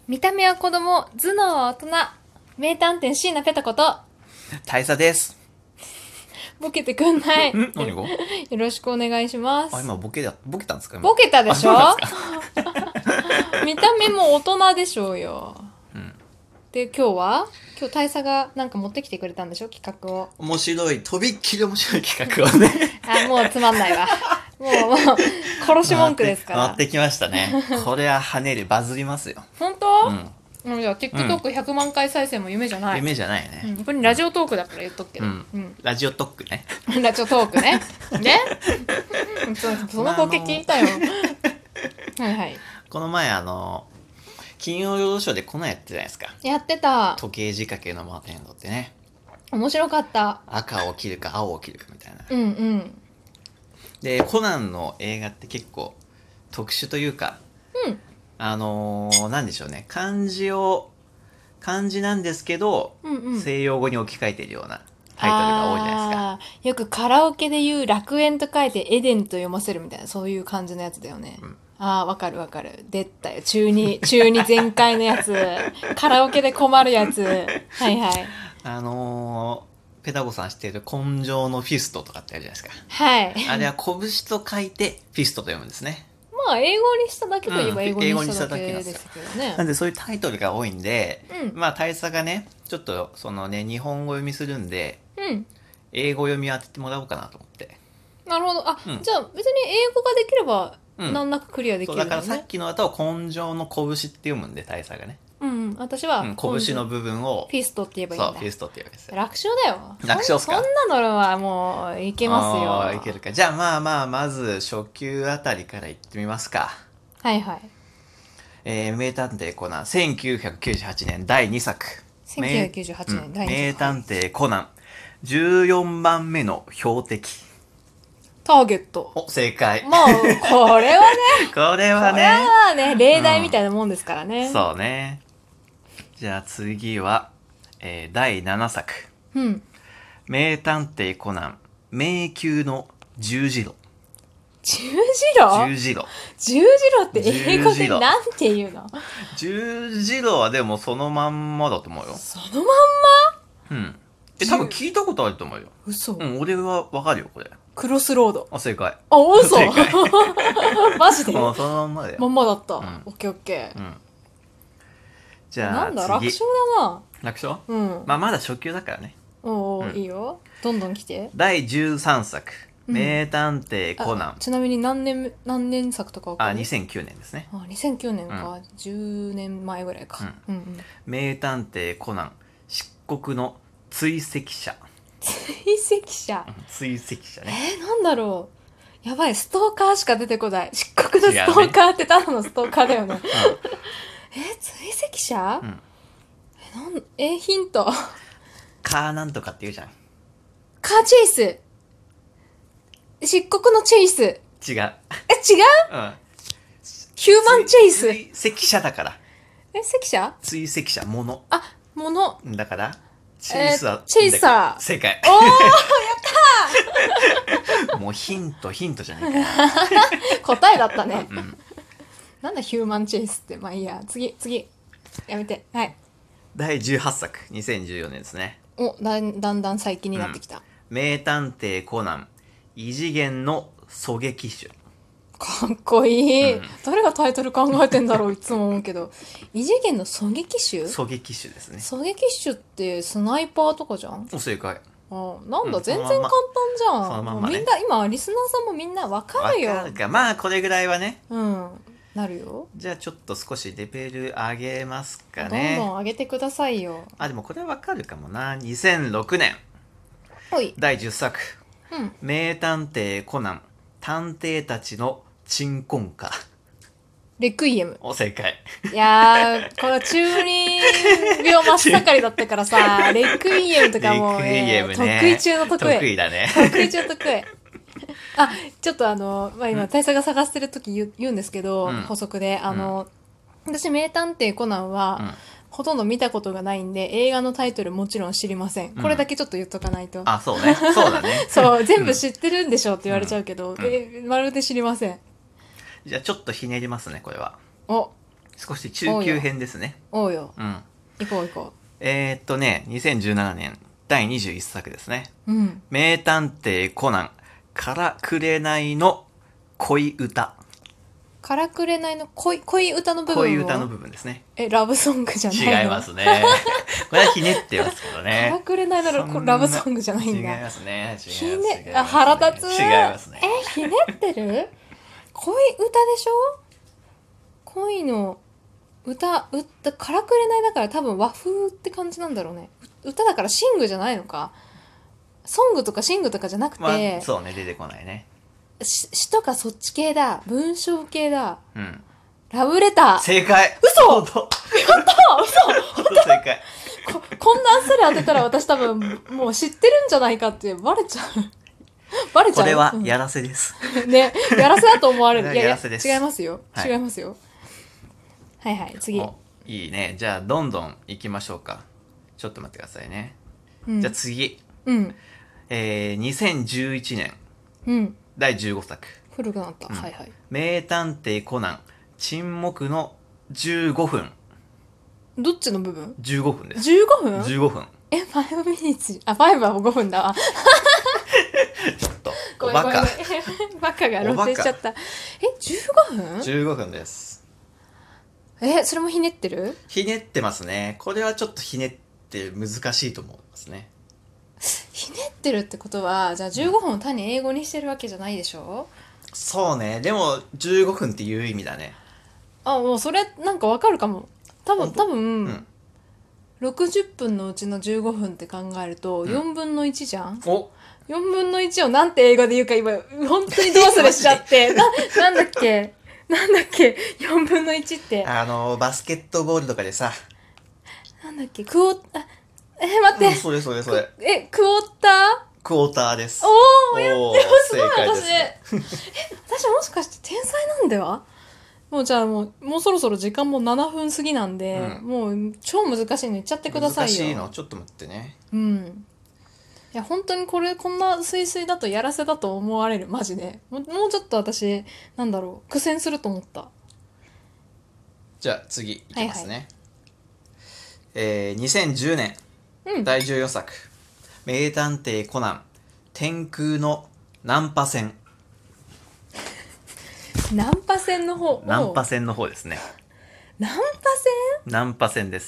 見た目は子供、頭脳は大人。名探偵椎名ペタこと。 大佐です。 ボケてくんない。 何が？ よろしくお願いします。 今ボケたんですか？ ボケたでしょ？見た目も大人でしょうよ。で、今日大佐がなんか持ってきてくれたんでしょ？企画を。 とびっきり面白い企画をね。 もうつまんないわ。もう、殺し文句ですから。 持ってきましたね。これは跳ねる、バズりますよ。 本当？じゃあ TikTok100 万回再生も夢じゃない。 夢じゃないね。 これラジオトークだから言っとくけど。 ラジオトークね。 ラジオトークね。ねそのボケ聞いたよ。はいはい。 この前金曜ロードショーでこのやってたじゃないですか。 やってた。 時計仕掛けのマテンドってね。 面白かった。 赤を切るか青を切るかみたいな。 で、 コナンの映画って結構特殊というか、なんでしょうね。漢字なんですけど、西洋語に置き換えてるようなタイトルが多いじゃないですか。 よくカラオケで言う楽園と書いてエデンと読ませるみたいな、そういう感じのやつだよね。わかる。出たよ。中二全開のやつ。カラオケで困るやつ。はいはい。 ペタゴさん知ってる根性のフィストとかってあるじゃないですか。 はい。 あれは拳と書いてフィストと読むんですね。 まあ、英語にしただけといえば英語にしただけですけどね。 なんでそういうタイトルが多いんで、まあ大佐がね、ちょっと日本語読みするんで、英語読み当ててもらおうかなと思って。 なるほど。じゃあ別に英語ができれば、難なくクリアできるんだね。 だからさっきの後は根性の拳って読むんで、大佐がね。 私は、 拳の部分をフィストって言えばいいんだ。 そう、フィストって言うわけですよ。 楽勝だよ。 楽勝っすか？ そんなのはもう、いけますよ。 いけるか。じゃあまず初級あたりから行ってみますか。 はいはい。 名探偵コナン、1998年第2作。 1998年第2作。 名探偵コナン、14番目の標的。 ターゲット。 正解。 もう、これはね、例題みたいなもんですからね。 そうね。じゃあ次は、第7作。名探偵コナン、迷宮の十字路。 十字路？ 十字路。 十字路って英語でなんて言うの？ 十字路はでもそのまんまだと思うよ。 そのまんま？ 多分聞いたことあると思うよ。 嘘。 俺はわかるよ、これ。 クロスロード。 正解。 嘘。 正解。 マジで？ そのまんまだよ。 まんまだった。オッケーオッケー。 じゃあなんだ、楽勝だな。 楽勝？まだ初級だからね。 いいよ。どんどん来て。 第13作。名探偵コナン。 ちなみに何年作とかわかる ？2009年ですね。 2009年か。10年前ぐらいか。 名探偵コナン、漆黒の追跡者。 追跡者？ 追跡者ね。 なんだろう。やばい、ストーカーしか出てこない。漆黒のストーカーってただのストーカーだよね。追跡者？ヒント。 カーなんとかって言うじゃん。 カーチェイス。漆黒のチェイス。 違う。 違う？ヒューマンチェイス。 追跡者だから。 跡者？ 追跡者、もの。 もの。 だから、チェイサー。 チェイサー。 正解。 おー、やったーもうヒントじゃないかな。 答えだったね。なんだヒューマンチェイスって。まあいいや。次。やめて。はい。 第18作、2014年ですね。 だんだん最近になってきた。 名探偵コナン、異次元の狙撃手。 かっこいい。誰がタイトル考えてんだろういつも思うけど。異次元の狙撃手？ 狙撃手ですね。 狙撃手ってスナイパーとかじゃん？ 正解。 なんだ、全然簡単じゃん。 そのまんまね。 みんな、今、リスナーさんもみんなわかるよ。 わかるか。まあ、これぐらいはね。 なるよ。 じゃあ、ちょっと少しレベル上げますかね。 どんどん上げてくださいよ。 でもこれはわかるかもな。2006年。第10作。名探偵コナン、探偵たちの鎮魂歌。 レクイエム。 正解。 いやー、これ中二病真っ盛りだったからさ、レクイエムとかもう、得意中の得意。 得意だね。 得意中の得意。ちょっと今、大佐が探してる時言うんですけど、補足で、私、名探偵コナンは、ほとんど見たことがないんで、映画のタイトルもちろん知りません。これだけちょっと言っとかないと。 そうね。そうだね。 そう、全部知ってるんでしょって言われちゃうけど、まるで知りません。 じゃあちょっとひねりますね、これは。 少し中級編ですね。 おうよ。 うん。 行こう行こ 2017年第21作ですね。 う。うん。 名探偵コナン、からくれないの恋歌。 からくれないの恋歌の部分を。 恋歌の部分ですね。 ラブソングじゃないの？ 違いますね。これはひねってますけどね。 からくれないのラブソングじゃないんだ。 違いますね。 ひね、腹立つ。 違いますね。 ひねってる？恋歌でしょ？恋の歌、からくれないだから多分和風って感じなんだろうね。歌だからシングじゃないのか。ソングとかシングとかじゃなくて、 そうね、出てこないね。 詩とかそっち系だ。文章系だ。 うん。 ラブレター。 正解。 嘘やった嘘正解。 こんなあっさり当てたら私多分もう知ってるんじゃないかってバレちゃう。バレちゃう。 これはやらせです。 ね、やらせだと思われる。 やらせです。 違いますよ。 はい、 違いますよ。はいはい、次。 いいね。じゃあ、どんどん行きましょうか。ちょっと待ってくださいね。じゃあ次。2011年。第15作。 古くなった。はいはい。 名探偵コナン、沈黙の15分。 どっちの部分？ 15 分です。 15分？ 15分。 5ミニッツ。5は5分だわ。 ちょっと、 おバカ。バカが露呈しちゃった。15分？ 15 分です。 それもひねってる？ ひねってますね。これはちょっとひねって難しいと思いますね。 ひねってるってことは、じゃあ15分を単に英語にしてるわけじゃないでしょ？ そうね。でも15分っていう意味だね。 もうそれなんかわかるかも。多分、60分のうちの15分って考えると4分の1じゃん。4分の1をなんて英語で言うか今本当にどうすれしちゃってなんだっけ4分の1って、 バスケットボールとかでさ、 なんだっけ待って、 それクォーター？ クォーターです。 おー、やってます正解です、 ね。私もしかして天才なんでは？もうじゃあもうそろそろ時間も7分過ぎなんで、もう超難しいの言っちゃってくださいよ。 難しいのちょっと待ってね。 いや本当にこんなスイスイだとやらせだと思われる。マジでもうちょっと私苦戦すると思った。 じゃあ次いきますね。2010年、第14作名探偵コナン天空のナンパ船。 ナンパ船の方。 ナンパ船の方ですね。 ナンパ船？ ナンパ船です。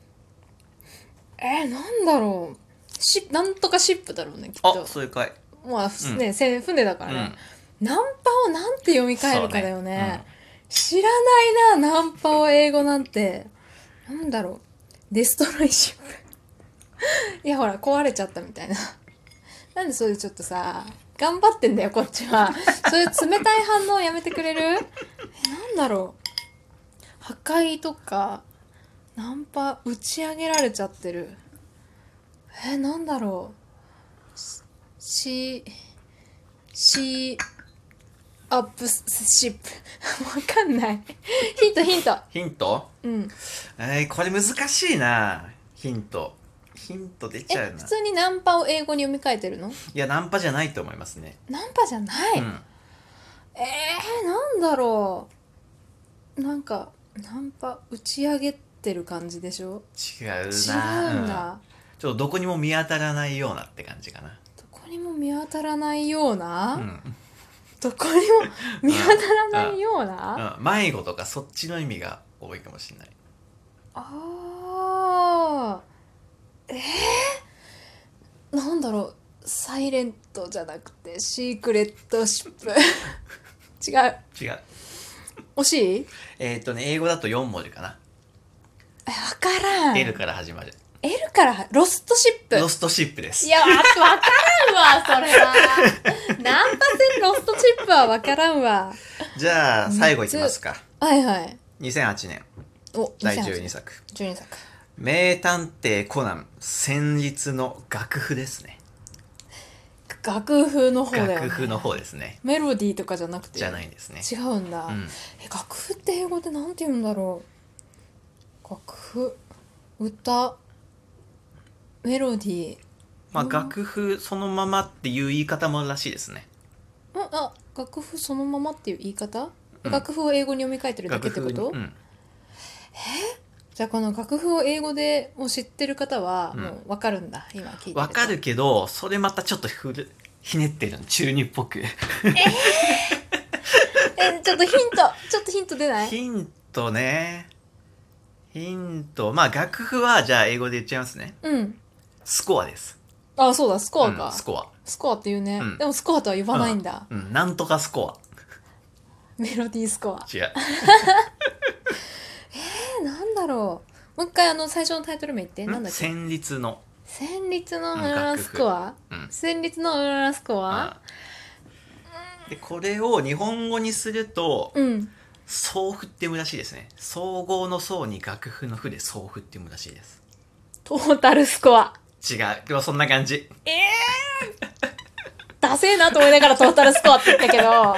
なんだろう。なんとかシップだろうね、きっと。 そういうかい。 まあ、船だからね。ナンパをなんて読み替えるかだよね。知らないな、ナンパを英語なんて。なんだろう。デストロイシップ。いや、ほら、壊れちゃったみたいな。なんでそういうちょっとさ、頑張ってんだよ、こっちは。そういう冷たい反応やめてくれる？なんだろう。破壊とか、ナンパ打ち上げられちゃってる。なんだろう。アップシップ。わかんない。ヒント。 ヒント？これ難しいな。ヒント出ちゃうな。 普通にナンパを英語に読み替えてるの？ いや、ナンパじゃないと思いますね。 ナンパじゃない？なんだろう。なんか、ナンパ打ち上げてる感じでしょ？ 違うな。違うんだ。 ちょっとどこにも見当たらないようなって感じかな。 どこにも見当たらないような？どこにも見当たらないような？ 迷子とかそっちの意味が多いかもしれない。 なんだろう。サイレントじゃなくてシークレットシップ。違う。惜しい？ 英語だと4文字かな。 わからん。 L から始まる。 L からロストシップ。 ロストシップです。 いや、わからんわ、それは。ナンパ船ロストシップはわからんわ。 じゃあ、最後いきますか。 はいはい。 2008年。第12作。名探偵コナン戦慄の楽譜ですね。 楽譜の方だよね。 楽譜の方ですね。 メロディーとかじゃなくて。 じゃないんですね。 違うんだ。楽譜って英語でなんて言うんだろう。楽譜、歌、メロディー。 楽譜そのままっていう言い方もらしいですね。 楽譜そのままっていう言い方？楽譜を英語に読み替えてるだけってこと？ じゃあこの楽譜を英語でもう知ってる方はもう分かるんだ、今聞いてると。 わかるけど、それまたちょっとひねってるの、中二っぽく。 ちょっとヒント出ない？ ヒントね。ヒント。まあ楽譜はじゃあ英語で言っちゃいますね。 うん。 スコアです。 あ、そうだ、スコアか。 スコア。 スコアって言うね。 うんでもスコアとは呼ばないんだ。 なんとかスコア。 メロディースコア。 違う。 なんだろう。もう一回最初のタイトル名言って。なんだっけ？ 旋律の。 旋律のフララスコア、旋律のフララスコア、 でこれを日本語にすると、総譜って読むらしいですね。総合の総に楽譜の譜で総譜って読むらしいです。 トータルスコア。 違う。でもそんな感じ。 ダセーなと思いながらトータルスコアって言ったけど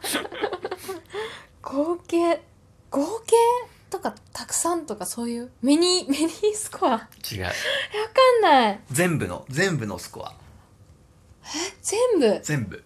合計とかたくさんとかそういうメニースコア。 違う。 わかんない。 全部のスコア。 全部全部、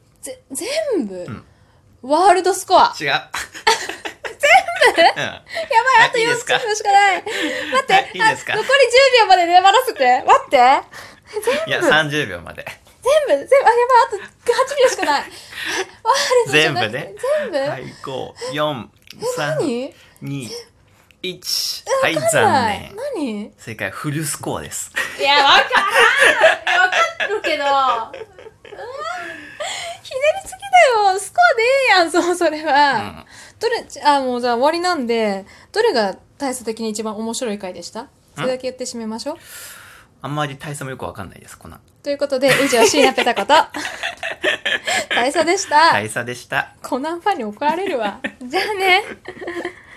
ワールドスコア。 違う。全部やばい、あと4つしかない。待って、 いいですか？ 残り10秒まで粘らせて。待って。 いや、30秒まで。 全部、やばい、あと8秒しかない。 全部ね。 全部はい、5、4、3、2、1。はい、残念。 何？ 正解はフルスコアです。 いや、わかるけど。ひねりすぎだよ。スコアでええやん、それは。もうじゃあ終わりなんで、どれが大差的に一番面白い回でした？それだけ言って締めましょう。 あんまり大差もよくわかんないです、コナン。 ということで、以上、椎名ペタこと、大差でした。 大差でした。 コナンファンに怒られるわ。じゃあね。